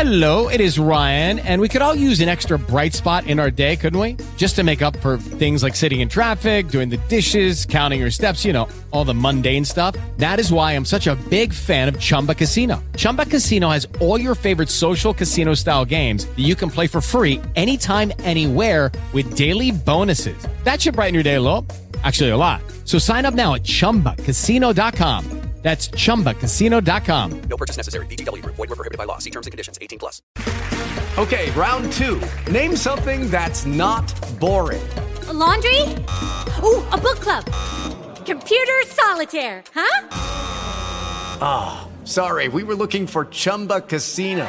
Hello, it is Ryan, and we could all use an extra bright spot in our day, couldn't we? Just to make up for things like sitting in traffic, doing the dishes, counting your steps, you know, all the mundane stuff. That is why I'm such a big fan of Chumba Casino. Chumba Casino has all your favorite social casino-style games that you can play for free anytime, anywhere with daily bonuses. That should brighten your day a little. Actually, a lot. So sign up now at ChumbaCasino.com. That's ChumbaCasino.com. No purchase necessary. VGW Group. Void where prohibited by law. See terms and conditions. 18+. Okay, round two. Name something that's not boring. A laundry? Ooh, a book club. Computer solitaire, huh? Sorry, we were looking for Chumba Casino.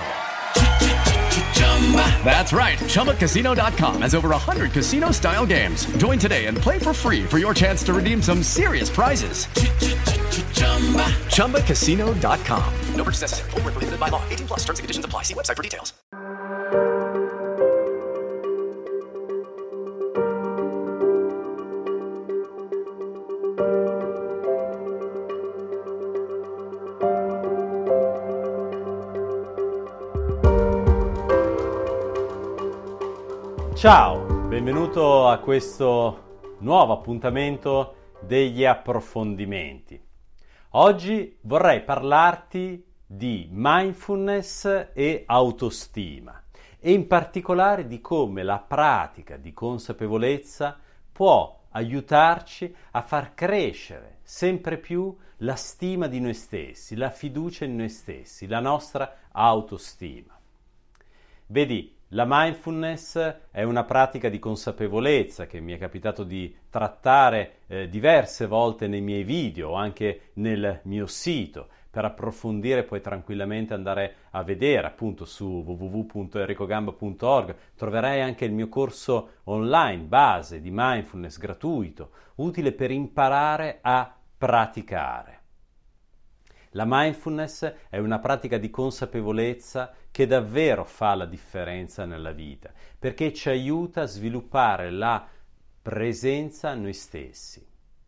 That's right. ChumbaCasino.com has over 100 casino-style games. Join today and play for free for your chance to redeem some serious prizes. ChumbaCasino.com. No purchase necessary. Void where prohibited by law. 18+. Terms and conditions apply. See website for details. Ciao, benvenuto a questo nuovo appuntamento degli approfondimenti. Oggi vorrei parlarti di mindfulness e autostima e in particolare di come la pratica di consapevolezza può aiutarci a far crescere sempre più la stima di noi stessi, la fiducia in noi stessi, la nostra autostima. Vedi, la mindfulness è una pratica di consapevolezza che mi è capitato di trattare diverse volte nei miei video o anche nel mio sito. Per approfondire puoi tranquillamente andare a vedere appunto su www.enricogamba.org. Troverai anche il mio corso online base di mindfulness gratuito, utile per imparare a praticare. La mindfulness è una pratica di consapevolezza che davvero fa la differenza nella vita, perché ci aiuta a sviluppare la presenza a noi stessi.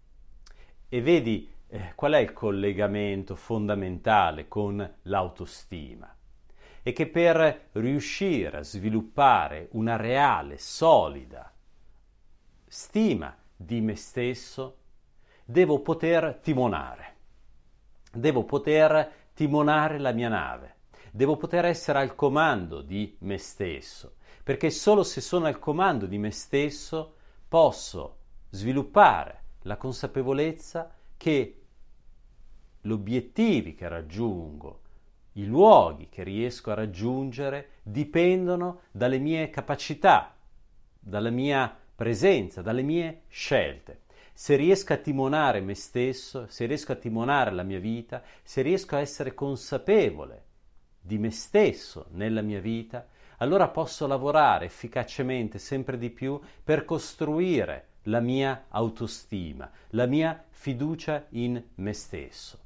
E vedi qual è il collegamento fondamentale con l'autostima? È che per riuscire a sviluppare una reale, solida stima di me stesso, devo poter timonare. Devo poter timonare la mia nave. Devo poter essere al comando di me stesso, perché solo se sono al comando di me stesso posso sviluppare la consapevolezza che gli obiettivi che raggiungo, i luoghi che riesco a raggiungere dipendono dalle mie capacità, dalla mia presenza, dalle mie scelte. Se riesco a timonare me stesso, se riesco a timonare la mia vita, se riesco a essere consapevole di me stesso nella mia vita, allora posso lavorare efficacemente sempre di più per costruire la mia autostima, la mia fiducia in me stesso.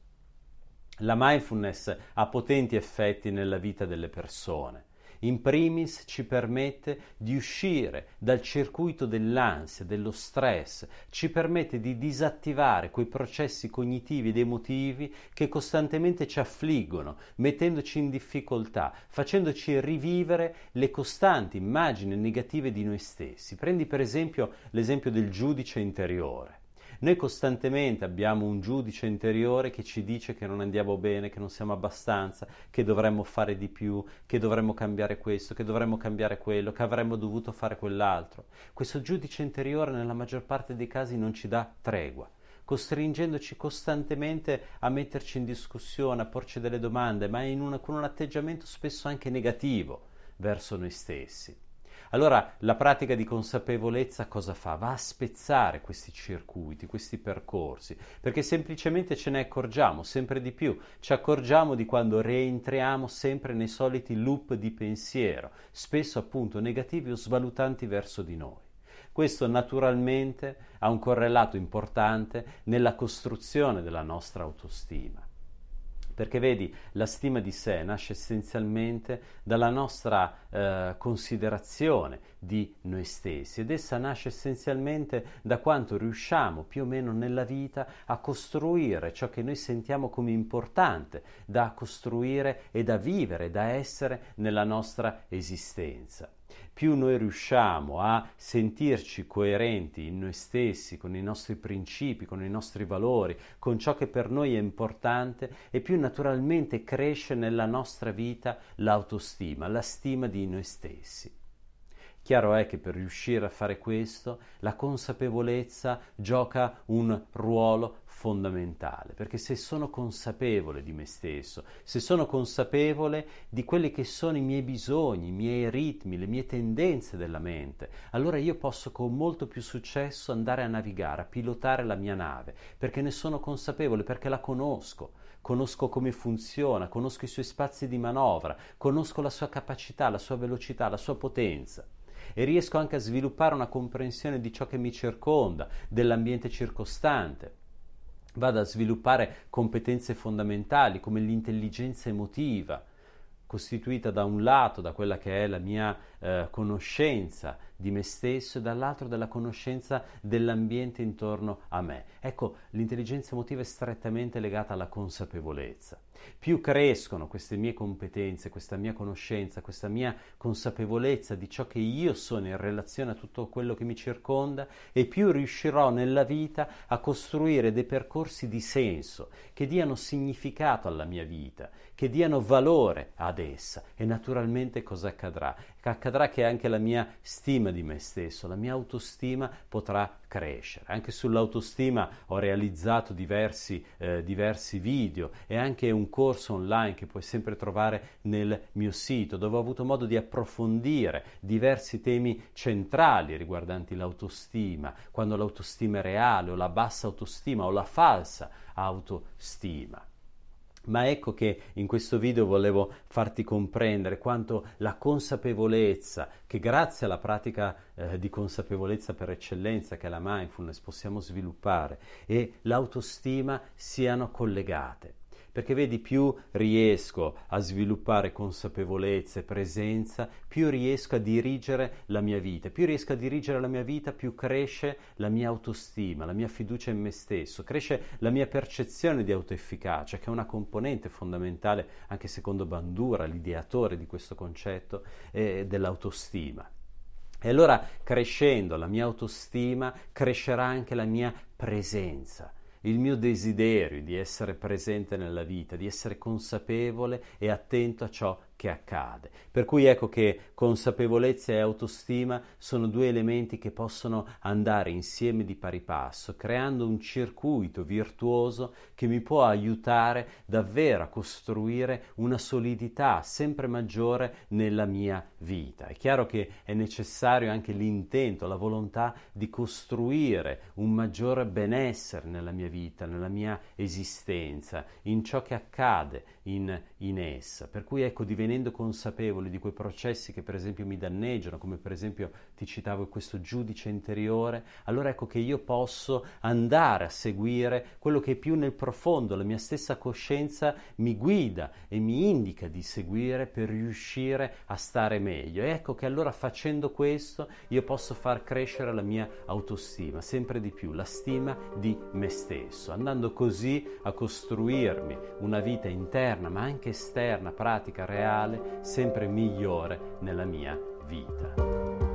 La mindfulness ha potenti effetti nella vita delle persone. In primis ci permette di uscire dal circuito dell'ansia, dello stress, ci permette di disattivare quei processi cognitivi ed emotivi che costantemente ci affliggono, mettendoci in difficoltà, facendoci rivivere le costanti immagini negative di noi stessi. Prendi per esempio l'esempio del giudice interiore. Noi costantemente abbiamo un giudice interiore che ci dice che non andiamo bene, che non siamo abbastanza, che dovremmo fare di più, che dovremmo cambiare questo, che dovremmo cambiare quello, che avremmo dovuto fare quell'altro. Questo giudice interiore nella maggior parte dei casi non ci dà tregua, costringendoci costantemente a metterci in discussione, a porci delle domande, ma con un atteggiamento spesso anche negativo verso noi stessi. Allora la pratica di consapevolezza cosa fa? Va a spezzare questi circuiti, questi percorsi, perché semplicemente ce ne accorgiamo sempre di più, ci accorgiamo di quando rientriamo sempre nei soliti loop di pensiero, spesso appunto negativi o svalutanti verso di noi. Questo naturalmente ha un correlato importante nella costruzione della nostra autostima. Perché vedi, la stima di sé nasce essenzialmente dalla nostra considerazione di noi stessi, ed essa nasce essenzialmente da quanto riusciamo più o meno nella vita a costruire ciò che noi sentiamo come importante da costruire e da vivere, da essere nella nostra esistenza. Più noi riusciamo a sentirci coerenti in noi stessi, con i nostri principi, con i nostri valori, con ciò che per noi è importante, e più naturalmente cresce nella nostra vita l'autostima, la stima di noi stessi. Chiaro è che per riuscire a fare questo la consapevolezza gioca un ruolo fondamentale, perché se sono consapevole di me stesso, se sono consapevole di quelli che sono i miei bisogni, i miei ritmi, le mie tendenze della mente, allora io posso con molto più successo andare a navigare, a pilotare la mia nave, perché ne sono consapevole, perché la conosco. Conosco come funziona, conosco i suoi spazi di manovra, conosco la sua capacità, la sua velocità, la sua potenza. E riesco anche a sviluppare una comprensione di ciò che mi circonda, dell'ambiente circostante. Vado a sviluppare competenze fondamentali come l'intelligenza emotiva, costituita da un lato da quella che è la mia conoscenza di me stesso e dall'altro dalla conoscenza dell'ambiente intorno a me. Ecco, l'intelligenza emotiva è strettamente legata alla consapevolezza. Più crescono queste mie competenze, questa mia conoscenza, questa mia consapevolezza di ciò che io sono in relazione a tutto quello che mi circonda, e più riuscirò nella vita a costruire dei percorsi di senso che diano significato alla mia vita, che diano valore ad essa. E naturalmente cosa accadrà? Accadrà che anche la mia stima di me stesso, la mia autostima potrà crescere. Anche sull'autostima ho realizzato diversi video e anche un corso online che puoi sempre trovare nel mio sito, dove ho avuto modo di approfondire diversi temi centrali riguardanti l'autostima, quando l'autostima è reale o la bassa autostima o la falsa autostima. Ma ecco che in questo video volevo farti comprendere quanto la consapevolezza, che grazie alla pratica di consapevolezza per eccellenza che è la mindfulness possiamo sviluppare, e l'autostima siano collegate. Perché vedi, più riesco a sviluppare consapevolezza e presenza, più riesco a dirigere la mia vita. Più riesco a dirigere la mia vita, più cresce la mia autostima, la mia fiducia in me stesso, cresce la mia percezione di autoefficacia, che è una componente fondamentale, anche secondo Bandura, l'ideatore di questo concetto, dell'autostima. E allora, crescendo la mia autostima, crescerà anche la mia presenza. Il mio desiderio di essere presente nella vita, di essere consapevole e attento a ciò che accade. Per cui ecco che consapevolezza e autostima sono due elementi che possono andare insieme di pari passo, creando un circuito virtuoso che mi può aiutare davvero a costruire una solidità sempre maggiore nella mia vita. È chiaro che è necessario anche l'intento, la volontà di costruire un maggiore benessere nella mia vita, nella mia esistenza, in ciò che accade in essa. Per cui ecco, divenendo consapevoli di quei processi che per esempio mi danneggiano, come per esempio ti citavo questo giudice interiore, allora ecco che io posso andare a seguire quello che più nel profondo la mia stessa coscienza mi guida e mi indica di seguire per riuscire a stare meglio. E ecco che allora, facendo questo, io posso far crescere la mia autostima sempre di più, la stima di me stesso, andando così a costruirmi una vita interna ma anche esterna, pratica, reale, sempre migliore nella mia vita.